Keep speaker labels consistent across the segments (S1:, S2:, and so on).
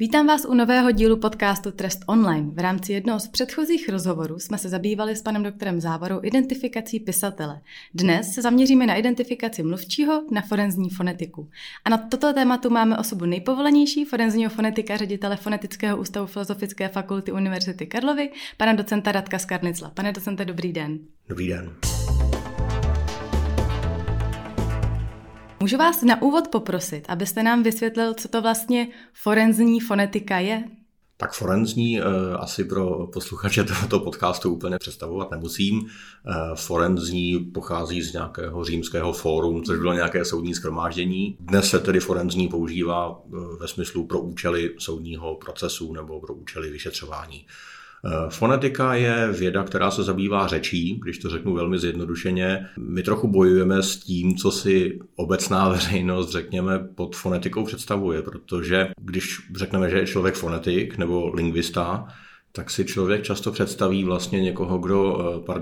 S1: Vítám vás u nového dílu podcastu Trest online. V rámci jednoho z předchozích rozhovorů jsme se zabývali s panem doktorem Závorou identifikací pisatele. Dnes se zaměříme na identifikaci mluvčího, na forenzní fonetiku. A na toto tématu máme osobu nejpovolenější, forenzního fonetika, ředitele Fonetického ústavu Filozofické fakulty Univerzity Karlovy, pana docenta Radka Skarnicla. Pane docente, dobrý den.
S2: Dobrý den.
S1: Můžu vás na úvod poprosit, abyste nám vysvětlil, co to vlastně forenzní fonetika je?
S2: Tak forenzní asi pro posluchače tohoto podcastu úplně představovat nemusím. Forenzní pochází z nějakého římského fórum, což bylo nějaké soudní shromáždění. Dnes se tedy forenzní používá ve smyslu pro účely soudního procesu nebo pro účely vyšetřování. Fonetika je věda, která se zabývá řečí, když to řeknu velmi zjednodušeně. My trochu bojujeme s tím, co si obecná veřejnost, řekněme, pod fonetikou představuje, protože když řekneme, že je člověk fonetik nebo lingvista, tak si člověk často představí vlastně někoho, kdo,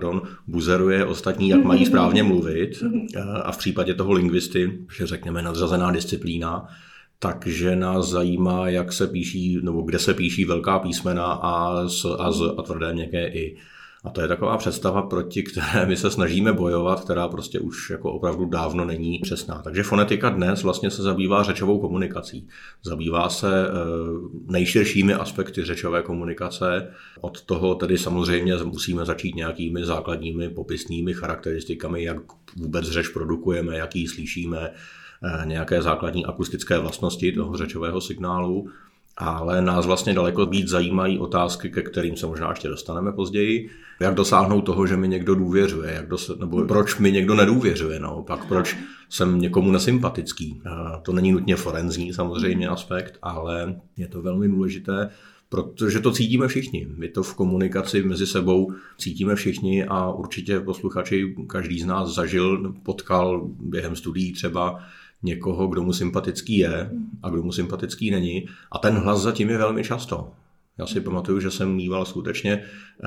S2: buzeruje ostatní, jak mají správně mluvit. A v případě toho lingvisty, že řekněme nadřazená disciplína, takže nás zajímá, jak se píší, nebo kde se píší velká písmena a tvrdé měkké i. A to je taková představa, proti které my se snažíme bojovat, která prostě už jako opravdu dávno není přesná. Takže fonetika dnes vlastně se zabývá řečovou komunikací. Zabývá se nejširšími aspekty řečové komunikace. Od toho tedy samozřejmě musíme začít nějakými základními popisnými charakteristikami, jak vůbec řeč produkujeme, jak ji slyšíme, nějaké základní akustické vlastnosti toho řečového signálu, ale nás vlastně daleko víc zajímají otázky, ke kterým se možná ještě dostaneme později. Jak dosáhnout toho, že mi někdo důvěřuje, nebo proč mi někdo nedůvěřuje, naopak, proč jsem někomu nesympatický. To není nutně forenzní samozřejmě aspekt, ale je to velmi důležité, protože to cítíme všichni. My to v komunikaci mezi sebou cítíme všichni a určitě posluchači, každý z nás zažil, potkal během studií třeba někoho, kdo mu sympatický je a kdo mu sympatický není. A ten hlas zatím je velmi často. Já si pamatuju, že jsem mýval skutečně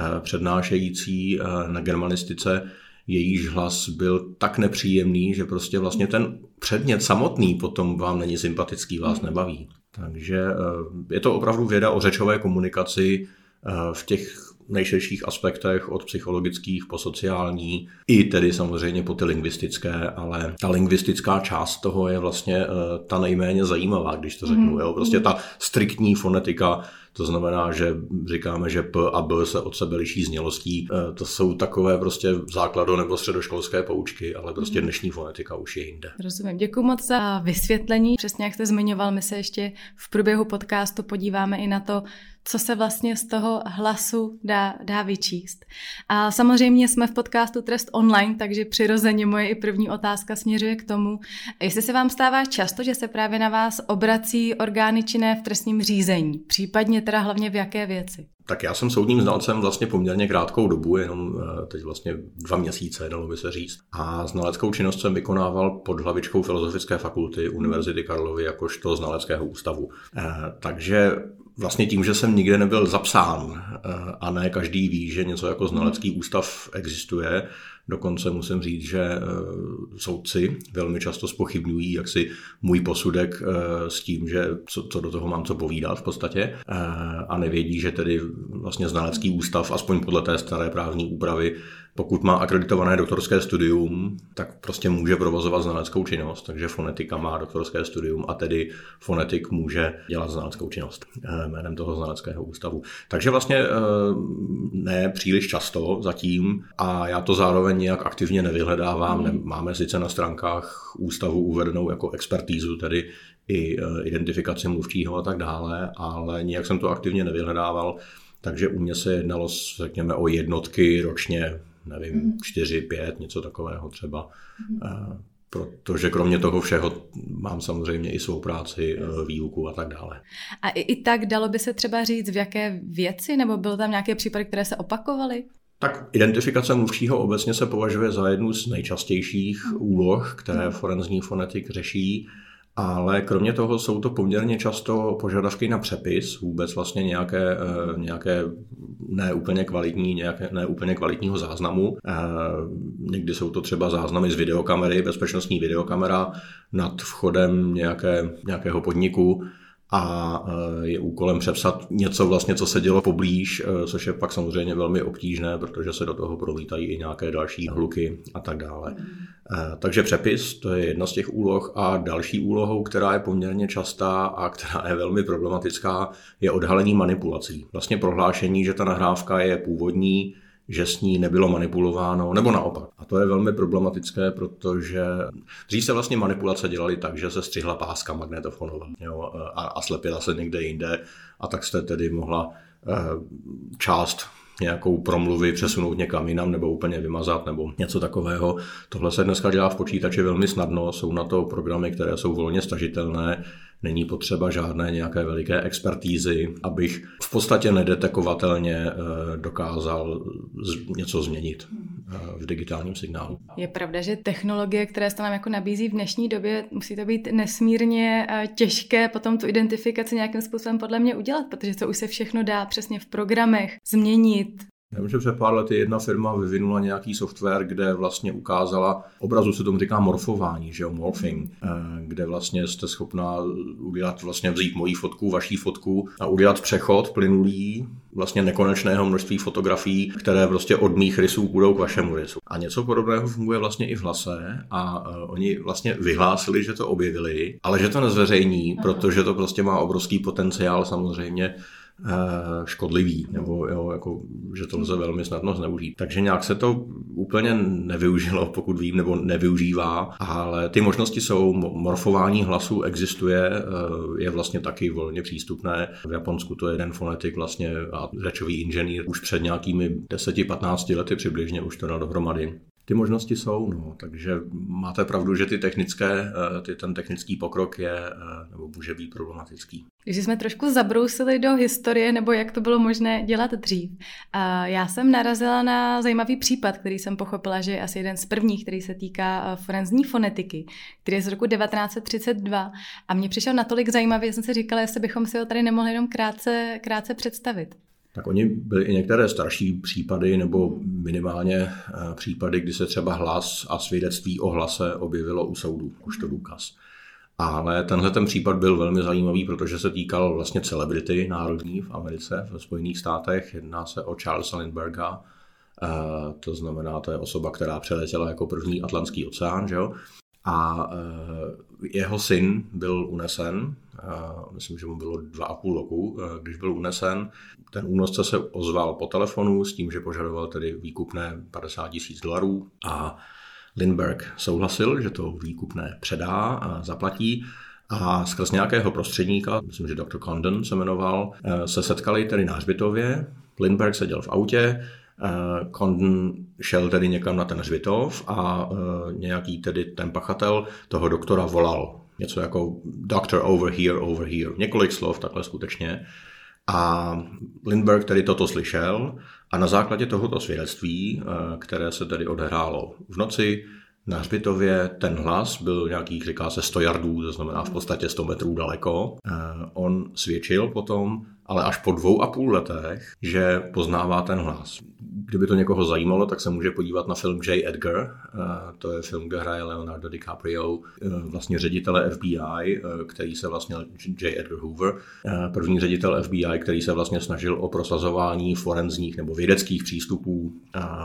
S2: přednášející na germanistice, jejíž hlas byl tak nepříjemný, že prostě vlastně ten předmět samotný potom vám není sympatický, vás nebaví. Takže je to opravdu věda o řečové komunikaci v těch nejširších aspektech, od psychologických po sociální, i tedy samozřejmě po ty lingvistické, ale ta lingvistická část toho je vlastně ta nejméně zajímavá, když to řeknu. Jo? Prostě ta striktní fonetika, to znamená, že říkáme, že P a B se od sebe liší znělostí. To jsou takové prostě základo nebo středoškolské poučky, ale prostě dnešní fonetika už je jinde.
S1: Rozumím. Děkuji moc za vysvětlení. Přesně jak jste zmiňoval, my se ještě v průběhu podcastu podíváme i na to, co se vlastně z toho hlasu dá vyčíst. A samozřejmě jsme v podcastu Trest online, takže přirozeně moje i první otázka směřuje k tomu, jestli se vám stává často, že se právě na vás obrací orgány činné v trestním řízení, případně teda hlavně v jaké věci?
S2: Tak já jsem soudním znalcem vlastně poměrně krátkou dobu, jenom teď vlastně 2 měsíce, dalo by se říct. A znaleckou činnost jsem vykonával pod hlavičkou Filozofické fakulty Univerzity Karlovy jakožto znaleckého ústavu. Takže vlastně tím, že jsem nikde nebyl zapsán a ne každý ví, že něco jako znalecký ústav existuje, dokonce musím říct, že soudci velmi často zpochybňují jaksi můj posudek s tím, že co do toho mám co povídat v podstatě a nevědí, že tedy vlastně znalecký ústav, aspoň podle té staré právní úpravy, pokud má akreditované doktorské studium, tak prostě může provozovat znaleckou činnost, takže fonetika má doktorské studium a tedy fonetik může dělat znaleckou činnost jménem toho znaleckého ústavu. Takže vlastně ne příliš často zatím a já to zároveň nějak aktivně nevyhledávám. Máme sice na stránkách ústavu uvedenou jako expertízu, tedy i identifikaci mluvčího a tak dále, ale nijak jsem to aktivně nevyhledával, takže u mě se jednalo, řekněme, o jednotky ročně, nevím, 4, 5, něco takového třeba. Protože kromě toho všeho mám samozřejmě i svou práci, výuku a tak dále.
S1: A i tak dalo by se třeba říct, v jaké věci, nebo bylo tam nějaké případy, které se opakovaly?
S2: Tak identifikace mluvčího obecně se považuje za jednu z nejčastějších úloh, které forenzní fonetik řeší, ale kromě toho jsou to poměrně často požadavky na přepis, vůbec vlastně nějaké ne úplně kvalitního záznamu. Někdy jsou to třeba záznamy z videokamery, bezpečnostní videokamera nad vchodem nějakého podniku, a je úkolem přepsat něco vlastně, co se dělo poblíž, což je pak samozřejmě velmi obtížné, protože se do toho prolítají i nějaké další hluky a tak dále. Takže přepis, to je jedna z těch úloh a další úlohou, která je poměrně častá a která je velmi problematická, je odhalení manipulací. Vlastně prohlášení, že ta nahrávka je původní, že s ní nebylo manipulováno, nebo naopak. A to je velmi problematické, protože dřív se vlastně manipulace dělaly tak, že se střihla páska magnetofonová a slepila se někde jinde a tak jste tedy mohla část nějakou promluvy přesunout někam jinam nebo úplně vymazat nebo něco takového. Tohle se dneska dělá v počítači velmi snadno, jsou na to programy, které jsou volně stažitelné, není potřeba žádné nějaké veliké expertízy, abych v podstatě nedetekovatelně dokázal něco změnit v digitálním signálu.
S1: Je pravda, že technologie, které se nám jako nabízí v dnešní době, musí to být nesmírně těžké potom tu identifikaci nějakým způsobem podle mě udělat, protože to už se všechno dá přesně v programech změnit.
S2: Já vím, že před pár lety jedna firma vyvinula nějaký software, kde vlastně ukázala, obrazu se tomu říká morfování, že jo, morphing, kde vlastně jste schopná udělat, vlastně vzít moji fotku, vaší fotku a udělat přechod plynulý vlastně nekonečného množství fotografií, které prostě od mých rysů půjdou k vašemu rysu. A něco podobného funguje vlastně i v hlase a oni vlastně vyhlásili, že to objevili, ale že to nezveřejní, protože to prostě má obrovský potenciál samozřejmě škodlivý, nebo jako, že to lze velmi snadno zneužít. Takže nějak se to úplně nevyužilo, pokud vím, nebo nevyužívá, ale ty možnosti jsou, morfování hlasu existuje, je vlastně taky volně přístupné. V Japonsku to je jeden fonetik vlastně a řečový inženýr už před nějakými 10-15 lety přibližně už to dal dohromady. Ty možnosti jsou, takže máte pravdu, že ten technický pokrok je nebo může být problematický.
S1: Když jsme trošku zabrousili do historie, nebo jak to bylo možné dělat dřív. Já jsem narazila na zajímavý případ, který jsem pochopila, že je asi jeden z prvních, který se týká forenzní fonetiky, který je z roku 1932 a mně přišel natolik zajímavý, že jsem si říkala, jestli bychom si ho tady nemohli jenom krátce představit.
S2: Tak oni byly i některé starší případy nebo minimálně případy, kdy se třeba hlas a svědectví o hlase objevilo u soudu, už to důkaz. Ale ten případ byl velmi zajímavý, protože se týkal vlastně celebrity národní v Americe, v Spojených státech. Jedná se o Charlesa Lindbergha, to znamená, to je osoba, která přeletěla jako první Atlantský oceán, že jo? A jeho syn byl unesen, myslím, že mu bylo 2,5 roku, když byl unesen. Ten únosce se ozval po telefonu s tím, že požadoval tedy výkupné $50,000 a Lindbergh souhlasil, že to výkupné předá a zaplatí. A skrz nějakého prostředníka, myslím, že Dr. Condon se jmenoval, se setkali tedy na hřbitově. Lindbergh seděl v autě, Condon šel tedy někam na ten hřbitov a nějaký tedy ten pachatel toho doktora volal. Něco jako doctor over here, několik slov takhle skutečně. A Lindbergh tedy toto slyšel a na základě tohoto svědectví, které se tedy odehrálo v noci na hřbitově, ten hlas byl nějakých, říká se 100 yardů, to znamená v podstatě 100 metrů daleko. On svědčil potom, ale až po 2,5 letech, že poznává ten hlas. Kdyby to někoho zajímalo, tak se může podívat na film J. Edgar. To je film, kde hraje Leonardo DiCaprio, vlastně ředitele FBI, který se vlastně J. Edgar Hoover, první ředitel FBI, který se vlastně snažil o prosazování forenzních nebo vědeckých přístupů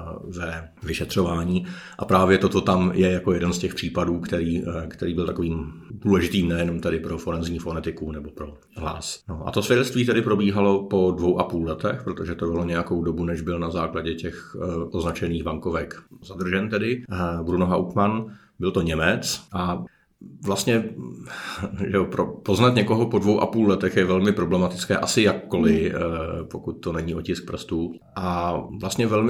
S2: ve vyšetřování. A právě toto tam je jako jeden z těch případů, který byl takovým důležitým nejenom tady pro forenzní fonetiku nebo pro hlas. No, a to svědectví tedy probíhalo po 2,5 letech, protože to bylo nějakou dobu, než byl na základě těch označených bankovek zadržen tedy. Bruno Hauptmann, byl to Němec a vlastně že poznat někoho po 2,5 letech je velmi problematické, asi jakkoliv, pokud to není otisk prstů. A vlastně velmi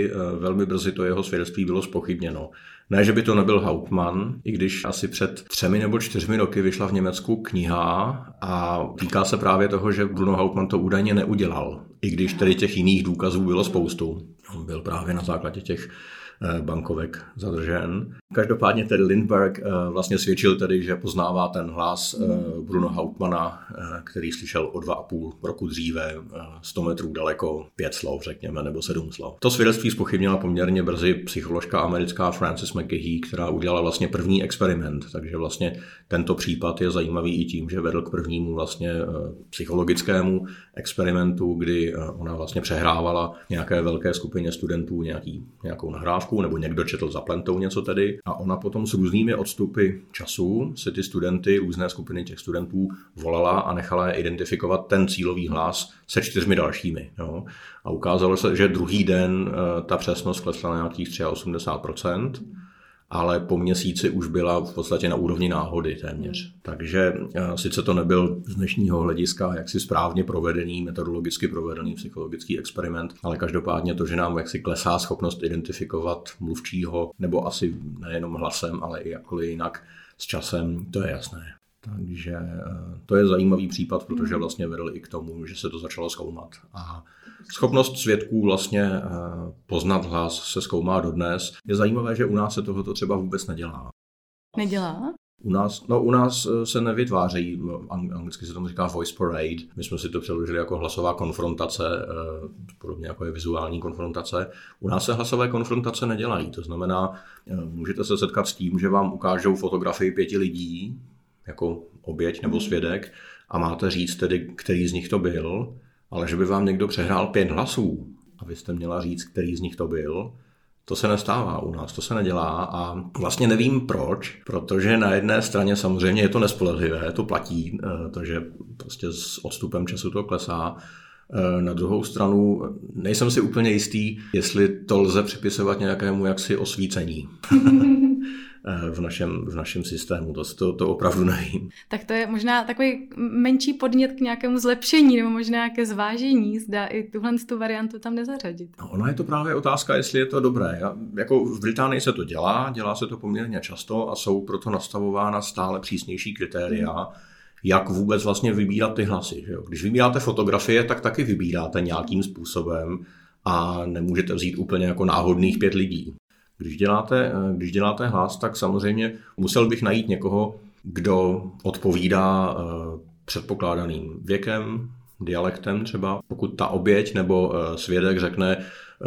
S2: brzy to jeho svědectví bylo zpochybněno. Ne, že by to nebyl Hauptmann, i když asi před 3 nebo 4 roky vyšla v Německu kniha a týká se právě toho, že Bruno Hauptmann to údajně neudělal, i když tedy těch jiných důkazů bylo spoustu. On byl právě na základě těch bankovek zadržen. Každopádně tedy Lindbergh vlastně svědčil tedy, že poznává ten hlas Bruno Hauptmanna, který slyšel o 2,5 roku dříve, 100 metrů daleko, 5 slov, řekněme, nebo 7 slov. To svědectví zpochybnila poměrně brzy psycholožka americká Frances McGehee, která udělala vlastně první experiment, takže vlastně tento případ je zajímavý i tím, že vedl k prvnímu vlastně psychologickému experimentu, kdy ona vlastně přehrávala nějaké velké skupině studentů nějakou nahrávku, nebo někdo četl za plentou něco tedy, a ona potom s různými odstupy času se ty studenty, různé skupiny těch studentů volala a nechala je identifikovat ten cílový hlas se 4 dalšími. Jo. A ukázalo se, že druhý den ta přesnost klesla na nějakých 83%, ale po měsíci už byla v podstatě na úrovni náhody téměř. Takže sice to nebyl z dnešního hlediska jaksi správně provedený, metodologicky provedený psychologický experiment, ale každopádně to, že nám jaksi klesá schopnost identifikovat mluvčího, nebo asi nejenom hlasem, ale i jakkoliv jinak s časem, to je jasné. Takže to je zajímavý případ, protože vlastně vedl i k tomu, že se to začalo zkoumat. A schopnost svědků vlastně poznat hlas se zkoumá dodnes. Je zajímavé, že u nás se tohoto třeba vůbec nedělá.
S1: Nedělá?
S2: U nás se nevytvářejí, anglicky se tomu říká voice parade. My jsme si to přeložili jako hlasová konfrontace, podobně jako je vizuální konfrontace. U nás se hlasové konfrontace nedělají. To znamená, můžete se setkat s tím, že vám ukážou fotografii 5 lidí, jako oběť nebo svědek, a máte říct tedy, který z nich to byl, ale že by vám někdo přehrál 5 hlasů a vy jste měla říct, který z nich to byl, to se nestává u nás, to se nedělá a vlastně nevím proč, protože na jedné straně samozřejmě je to nespolehlivé, to platí, takže prostě s odstupem času to klesá. Na druhou stranu nejsem si úplně jistý, jestli to lze připisovat nějakému jaksi osvícení. v našem systému. To opravdu nevím.
S1: Tak to je možná takový menší podnět k nějakému zlepšení nebo možná ke zvážení, zda i tu variantu tam nezařadit.
S2: No, ona je to právě otázka, jestli je to dobré. Jako v Británii se to dělá se to poměrně často a jsou proto nastavována stále přísnější kritéria, jak vůbec vlastně vybírat ty hlasy. Že jo? Když vybíráte fotografie, tak taky vybíráte nějakým způsobem a nemůžete vzít úplně jako náhodných 5 lidí. Když děláte hlas, tak samozřejmě musel bych najít někoho, kdo odpovídá předpokládaným věkem, dialektem třeba. Pokud ta oběť nebo svědek řekne,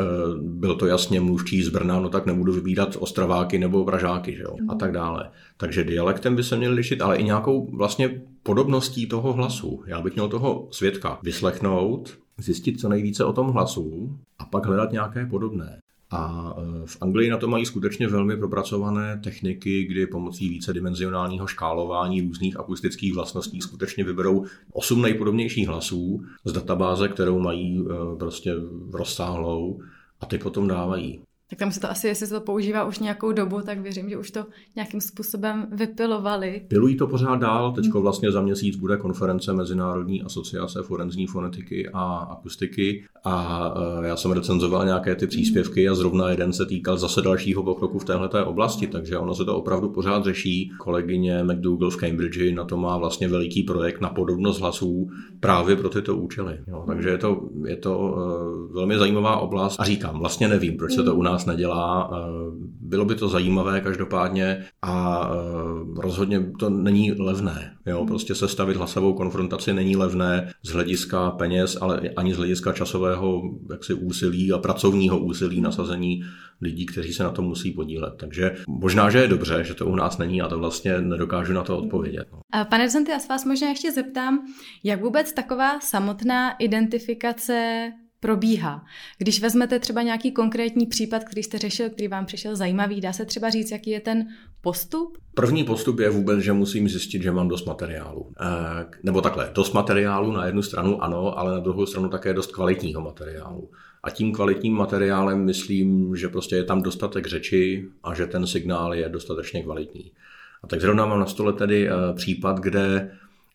S2: byl to jasně mluvčí z Brna, no tak nebudu vybírat Ostraváky nebo Pražáky, že jo? A tak dále. Takže dialektem by se měli lišit, ale i nějakou vlastně podobností toho hlasu. Já bych měl toho svědka vyslechnout, zjistit co nejvíce o tom hlasu a pak hledat nějaké podobné. A v Anglii na to mají skutečně velmi propracované techniky, kdy pomocí vícedimenzionálního škálování různých akustických vlastností skutečně vyberou 8 nejpodobnějších hlasů z databáze, kterou mají prostě rozsáhlou a ty potom dávají.
S1: Tak tam se to asi, jestli se to používá už nějakou dobu, tak věřím, že už to nějakým způsobem vypilovali.
S2: Pilují to pořád dál, teďko vlastně za měsíc bude konference Mezinárodní asociace forenzní fonetiky a akustiky a já jsem recenzoval nějaké ty příspěvky a zrovna jeden se týkal zase dalšího pokroku v téhleté oblasti, takže ono se to opravdu pořád řeší. Kolegyně McDougall v Cambridge na to má vlastně veliký projekt na podobnost hlasů právě pro tyto účely. Jo, takže je to velmi zajímavá oblast a říkám, vlastně nevím, proč se to u nás nedělá. Bylo by to zajímavé každopádně a rozhodně to není levné. Jo? Prostě sestavit hlasovou konfrontaci není levné z hlediska peněz, ale ani z hlediska časového jaksi úsilí a pracovního úsilí nasazení lidí, kteří se na to musí podílet. Takže možná, že je dobře, že to u nás není a to vlastně nedokážu na to odpovědět. No.
S1: Pane docenty, já se vás možná ještě zeptám, jak vůbec taková samotná identifikace probíhá. Když vezmete třeba nějaký konkrétní případ, který jste řešil, který vám přišel zajímavý, dá se třeba říct, jaký je ten postup?
S2: První postup je vůbec, že musím zjistit, že mám dost materiálu. Nebo takhle, dost materiálu na jednu stranu ano, ale na druhou stranu také dost kvalitního materiálu. A tím kvalitním materiálem myslím, že prostě je tam dostatek řeči a že ten signál je dostatečně kvalitní. A tak zrovna mám na stole tedy případ, kde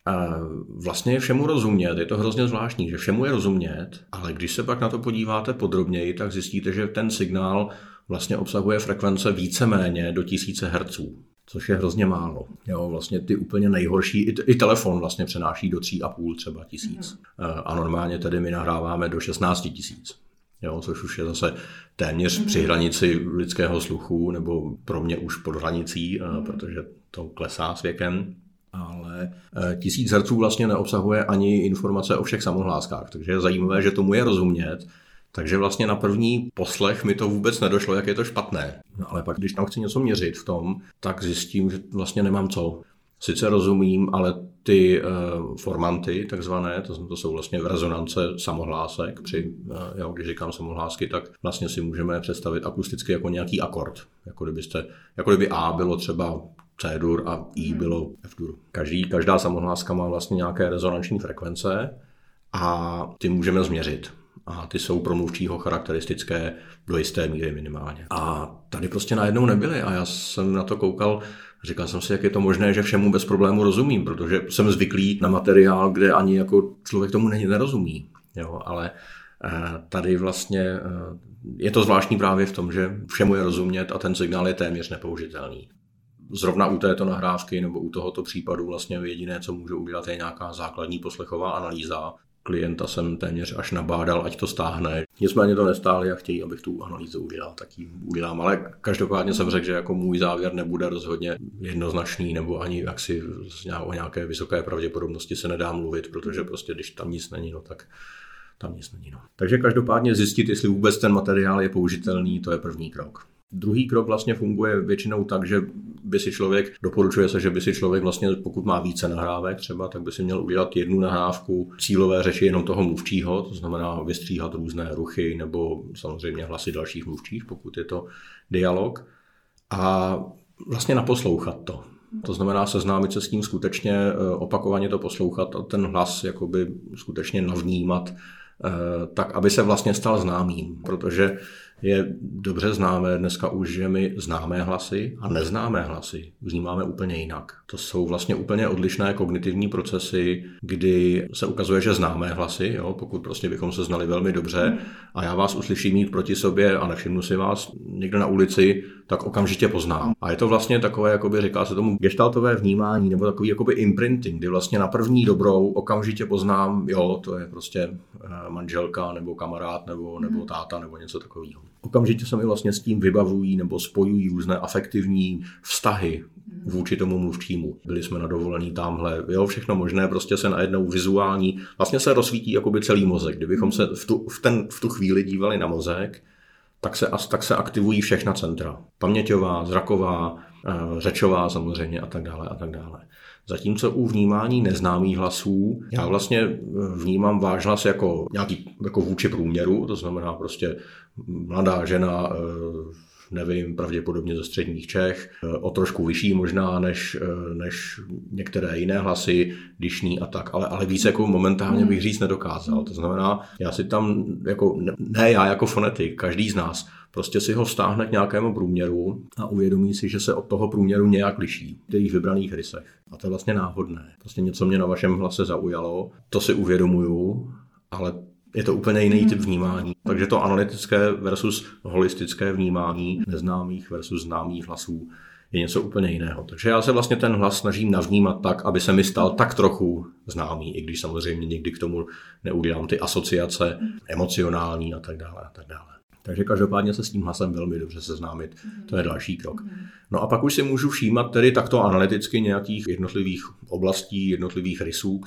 S2: vlastně je všemu rozumět, je to hrozně zvláštní, že všemu je rozumět, ale když se pak na to podíváte podrobněji, tak zjistíte, že ten signál vlastně obsahuje frekvence víceméně do 1000 Hz, což je hrozně málo. Jo, vlastně ty úplně nejhorší, i telefon vlastně přenáší do 3,5 třeba 1000. A normálně tedy my nahráváme do 16 000. Jo, což už je zase téměř při hranici lidského sluchu, nebo pro mě už pod hranicí, protože to klesá s věkem. Ale 1000 Hz vlastně neobsahuje ani informace o všech samohláskách, takže je zajímavé, že tomu je rozumět. Takže vlastně na první poslech mi to vůbec nedošlo, jak je to špatné. No ale pak, když tam chci něco měřit v tom, tak zjistím, že vlastně nemám co. Sice rozumím, ale ty formanty takzvané, to jsou vlastně rezonance samohlásek. Když říkám samohlásky, tak vlastně si můžeme představit akusticky jako nějaký akord. Jako kdyby A bylo třeba C-dur a I bylo F-dur. Každá samohláska má vlastně nějaké rezonanční frekvence a ty můžeme změřit. A ty jsou pro mluvčího charakteristické do jisté míry minimálně. A tady prostě najednou nebyly a já jsem na to koukal, říkal jsem si, jak je to možné, že všemu bez problému rozumím, protože jsem zvyklý na materiál, kde ani jako člověk tomu nerozumí. Jo, ale tady vlastně je to zvláštní právě v tom, že všemu je rozumět a ten signál je téměř nepoužitelný. Zrovna u této nahrávky nebo u tohoto případu vlastně jediné, co můžu udělat, je nějaká základní poslechová analýza. Klienta jsem téměř až nabádal, ať to stáhne. Nicméně to nestáli a chtějí, abych tu analýzu udělal, tak ji udělám. Ale každopádně jsem řekl, že jako můj závěr nebude rozhodně jednoznačný, nebo ani jaksi o nějaké vysoké pravděpodobnosti se nedá mluvit, protože prostě když tam nic není, no tak tam nic není. No. Takže každopádně zjistit, jestli vůbec ten materiál je použitelný, to je první krok. Druhý krok vlastně funguje většinou tak, že doporučuje se, že by si člověk vlastně, pokud má více nahrávek třeba, tak by si měl udělat jednu nahrávku cílové řeči jenom toho mluvčího, to znamená vystříhat různé ruchy nebo samozřejmě hlasy dalších mluvčích, pokud je to dialog, a vlastně naposlouchat to. To znamená seznámit se s tím skutečně, opakovaně to poslouchat a ten hlas jakoby skutečně navnímat, tak aby se vlastně stal známým, protože je dobře známé dneska už, že my známé hlasy a neznámé hlasy vnímáme úplně jinak. To jsou vlastně úplně odlišné kognitivní procesy, kdy se ukazuje, že známé hlasy, jo, pokud prostě bychom se znali velmi dobře a já vás uslyším mít proti sobě a nevšimnu si vás někde na ulici, tak okamžitě poznám. A je to vlastně takové, jakoby říká se tomu gestaltové vnímání nebo takový jakoby imprinting, kdy vlastně na první dobrou okamžitě poznám, jo, to je prostě manželka nebo kamarád nebo táta nebo něco takového. Okamžitě se mi vlastně s tím vybavují nebo spojují různé afektivní vztahy vůči tomu mluvčímu. Byli jsme na dovolení tamhle, jo, všechno možné, prostě se najednou vizuální, vlastně se rozsvítí jakoby celý mozek. Kdybychom se v tu chvíli dívali na mozek, tak se aktivují všechna centra. Paměťová, zraková, řečová samozřejmě a tak dále a tak dále. Zatímco u vnímání neznámých hlasů, já vlastně vnímám váš hlas jako nějaký jako vůči průměru, to znamená prostě mladá žena, nevím, pravděpodobně ze středních Čech, o trošku vyšší možná než některé jiné hlasy, dyšný a tak, ale víc jako momentálně bych říct nedokázal. To znamená, já si tam, já jako fonetik, každý z nás, prostě si ho vztáhne k nějakému průměru a uvědomí si, že se od toho průměru nějak liší v těch vybraných rysech. A to je vlastně náhodné. Prostě něco mě na vašem hlase zaujalo, to si uvědomuju, ale je to úplně jiný typ vnímání. Takže to analytické versus holistické vnímání neznámých versus známých hlasů je něco úplně jiného. Takže já se vlastně ten hlas snažím navnímat tak, aby se mi stal tak trochu známý, i když samozřejmě někdy k tomu neudělám ty asociace emocionální a tak dále a tak dále. Takže každopádně se s tím hlasem velmi dobře seznámit, to je další krok. No a pak už si můžu všímat tedy takto analyticky nějakých jednotlivých oblastí, jednotlivých rysů,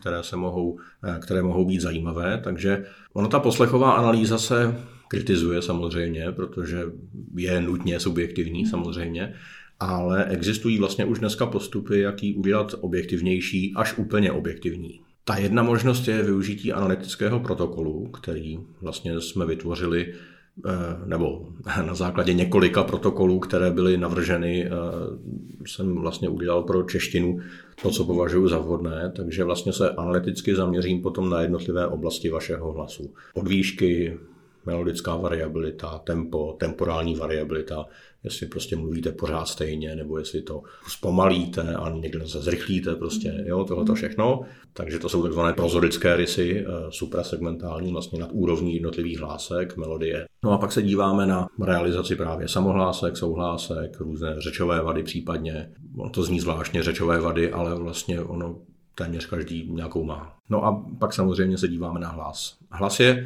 S2: které mohou být zajímavé. Takže ta poslechová analýza se kritizuje samozřejmě, protože je nutně subjektivní samozřejmě, ale existují vlastně už dneska postupy, jak ji udělat objektivnější až úplně objektivní. Ta jedna možnost je využití analytického protokolu, který vlastně jsme vytvořili nebo na základě několika protokolů, které byly navrženy, jsem vlastně udělal pro češtinu to, co považuji za vhodné, takže vlastně se analyticky zaměřím potom na jednotlivé oblasti vašeho hlasu. Od výšky, melodická variabilita, tempo, temporální variabilita, jestli prostě mluvíte pořád stejně, nebo jestli to zpomalíte a někde se zrychlíte, prostě, jo, tohleto všechno. Takže to jsou takzvané prozodické rysy, suprasegmentální, vlastně nad úrovní jednotlivých hlásek, melodie. No a pak se díváme na realizaci právě samohlásek, souhlásek, různé řečové vady případně. To zní zvláštně řečové vady, ale vlastně ono téměř každý nějakou má. No a pak samozřejmě se díváme na hlas. Hlas je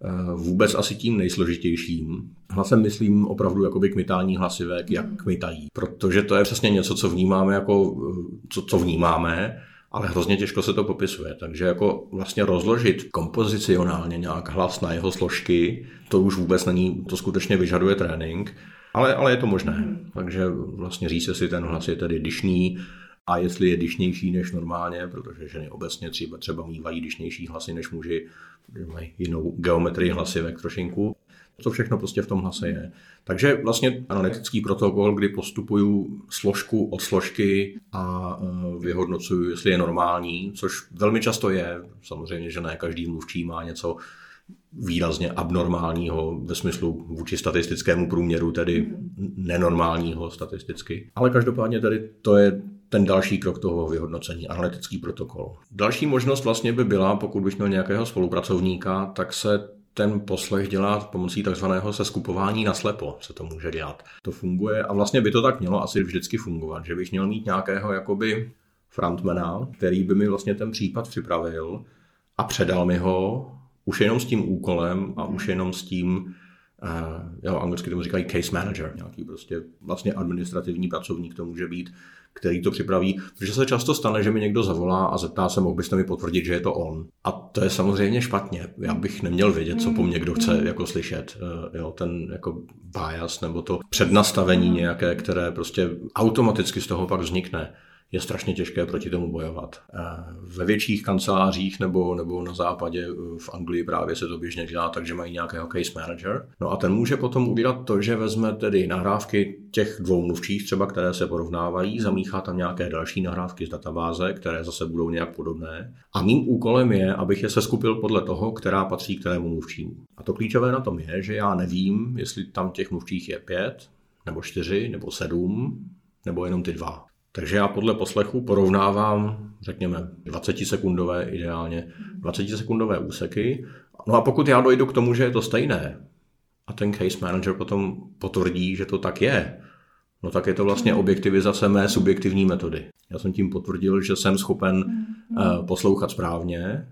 S2: vůbec asi tím nejsložitějším. Hlasem myslím opravdu jakoby kmitání hlasivek, jak kmitají. Protože to je přesně něco, co vnímáme jako, co vnímáme, ale hrozně těžko se to popisuje. Takže jako vlastně rozložit kompozicionálně nějak hlas na jeho složky, to už vůbec není, to skutečně vyžaduje trénink, ale je to možné. Takže vlastně říct, jestli ten hlas je tedy dyšný a jestli je dyšnější než normálně, protože ženy obecně třeba mívají dyšnější hlasy než muži, že mají jinou geometrii hlasivek trošinku. To všechno prostě v tom hlase je. Takže vlastně analytický protokol, kdy postupuju složku od složky a vyhodnocuju, jestli je normální, což velmi často je. Samozřejmě, že ne každý mluvčí má něco výrazně abnormálního ve smyslu vůči statistickému průměru, tedy nenormálního statisticky. Ale každopádně tedy to je ten další krok toho vyhodnocení, analytický protokol. Další možnost vlastně by byla, pokud bych měl nějakého spolupracovníka, tak se ten poslech dělá pomocí takzvaného seskupování naslepo, se to může dělat. To funguje a vlastně by to tak mělo asi vždycky fungovat, že bych měl mít nějakého jakoby frontmana, který by mi vlastně ten případ připravil a předal mi ho už jenom s tím úkolem a už jenom s tím, anglicky tomu říkají case manager, nějaký prostě vlastně administrativní pracovník to může být, který to připraví, protože se často stane, že mi někdo zavolá a zeptá se, mohl byste mi potvrdit, že je to on. A to je samozřejmě špatně. Já bych neměl vědět, co po mně kdo chce jako slyšet. Ten jako bias nebo to přednastavení nějaké, které prostě automaticky z toho pak vznikne. Je strašně těžké proti tomu bojovat. Ve větších kancelářích nebo na západě v Anglii právě se to běžně dělá, takže mají nějakého case manager. No a ten může potom udělat to, že vezme tedy nahrávky těch dvou mluvčích, třeba které se porovnávají, zamíchá tam nějaké další nahrávky z databáze, které zase budou nějak podobné. A mým úkolem je, abych je seskupil podle toho, která patří kterému mluvčímu. A to klíčové na tom je, že já nevím, jestli tam těch mluvčích je 5, nebo 4, nebo 7, nebo jenom ty 2. Takže já podle poslechu porovnávám, řekněme, 20-sekundové ideálně, 20-sekundové úseky. No a pokud já dojdu k tomu, že je to stejné a ten case manager potom potvrdí, že to tak je, no tak je to vlastně objektivizace mé subjektivní metody. Já jsem tím potvrdil, že jsem schopen poslouchat správně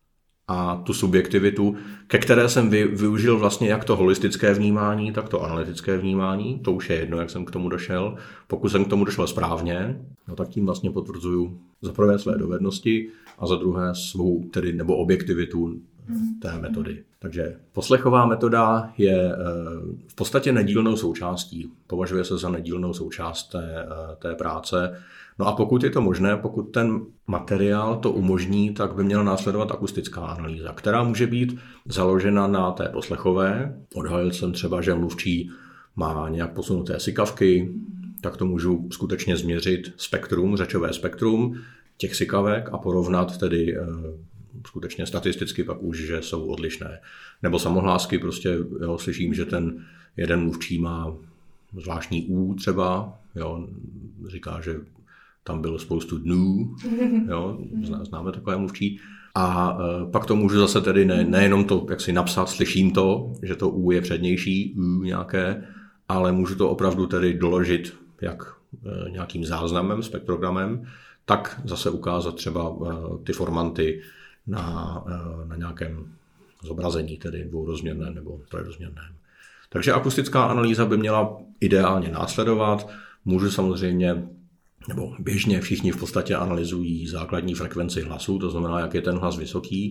S2: a tu subjektivitu, ke které jsem využil vlastně jak to holistické vnímání, tak to analytické vnímání. To už je jedno, jak jsem k tomu došel. Pokud jsem k tomu došel správně, no tak tím vlastně potvrzuju za prvé své dovednosti a za druhé svou tedy nebo objektivitu té metody. Takže poslechová metoda je v podstatě nedílnou součástí. Považuje se za nedílnou součást té práce. No a pokud je to možné, pokud ten materiál to umožní, tak by měla následovat akustická analýza, která může být založena na té poslechové. Odhalil jsem třeba, že mluvčí má nějak posunuté sykavky, tak to můžu skutečně změřit řečové spektrum těch sykavek a porovnat tedy skutečně statisticky pak už, že jsou odlišné. Nebo samohlásky, prostě slyším, že ten jeden mluvčí má zvláštní U třeba, říká, že tam bylo spoustu dnů, známe takové mluvčí. A pak to můžu zase tedy nejenom to, jak si napsat, slyším to, že to U je přednější, U nějaké, ale můžu to opravdu tedy doložit jak nějakým záznamem, spektrogramem, tak zase ukázat třeba ty formanty na nějakém zobrazení, tedy dvourozměrném nebo trojrozměrném. Takže akustická analýza by měla ideálně následovat. Můžu samozřejmě, nebo běžně všichni v podstatě analyzují základní frekvenci hlasu, to znamená, jak je ten hlas vysoký,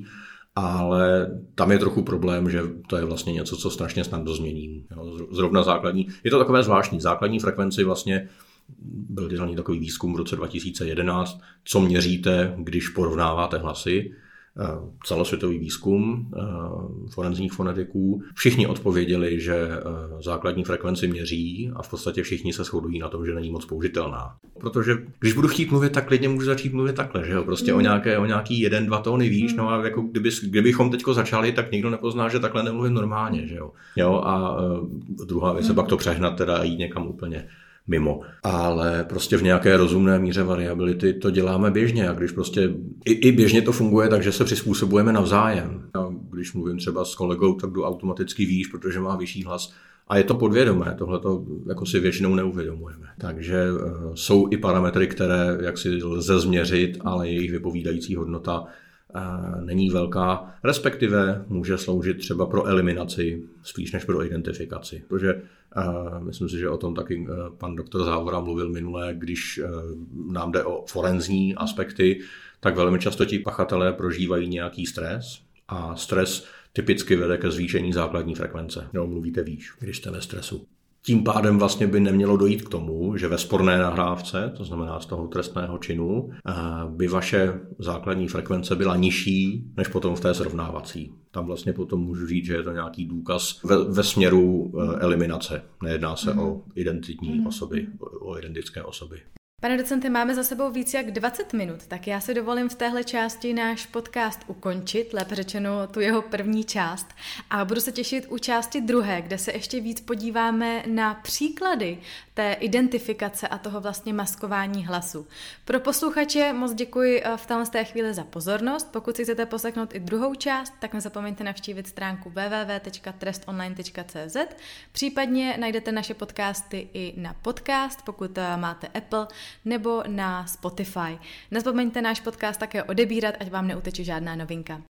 S2: ale tam je trochu problém, že to je vlastně něco, co strašně snadno změním. Zrovna základní. Je to takové zvláštní. Základní frekvenci vlastně byl dělaný takový výzkum v roce 2011, co měříte, když porovnáváte hlasy. Celosvětový výzkum forenzních fonetiků. Všichni odpověděli, že základní frekvenci měří a v podstatě všichni se shodují na tom, že není moc použitelná. Protože když budu chtít mluvit, tak klidně můžu začít mluvit takhle, že jo? Prostě o nějaký 1-2 tóny výš, no a jako kdybychom teďko začali, tak nikdo nepozná, že takhle nemluvím normálně, že jo? A druhá věc je pak to přehnat teda a jít někam úplně mimo. Ale prostě v nějaké rozumné míře variability to děláme běžně a když prostě i běžně to funguje, takže se přizpůsobujeme navzájem. A když mluvím třeba s kolegou, tak jdu automaticky výš, protože má vyšší hlas. A je to podvědomé, tohle to jako si většinou neuvědomujeme. Takže jsou i parametry, které jaksi lze změřit, ale jejich vypovídající hodnota není velká, respektive může sloužit třeba pro eliminaci spíš než pro identifikaci. Protože myslím si, že o tom taky pan doktor Závora mluvil minule, když nám jde o forenzní aspekty, tak velmi často ti pachatelé prožívají nějaký stres a stres typicky vede ke zvýšení základní frekvence. No, mluvíte výš, když jste ve stresu. Tím pádem vlastně by nemělo dojít k tomu, že ve sporné nahrávce, to znamená z toho trestného činu, by vaše základní frekvence byla nižší než potom v té srovnávací. Tam vlastně potom můžu říct, že je to nějaký důkaz ve směru eliminace. Nejedná se o identitní osoby, o identické osoby.
S1: Pane docente, máme za sebou víc jak 20 minut, tak já si dovolím v téhle části náš podcast ukončit, lépe řečeno tu jeho první část, a budu se těšit u části druhé, kde se ještě víc podíváme na příklady té identifikace a toho vlastně maskování hlasu. Pro posluchače moc děkuji v té chvíli za pozornost. Pokud si chcete poslechnout i druhou část, tak nezapomeňte navštívit stránku www.trestonline.cz. Případně najdete naše podcasty i na podcast, pokud máte Apple, nebo na Spotify. Nezapomeňte náš podcast také odebírat, ať vám neuteče žádná novinka.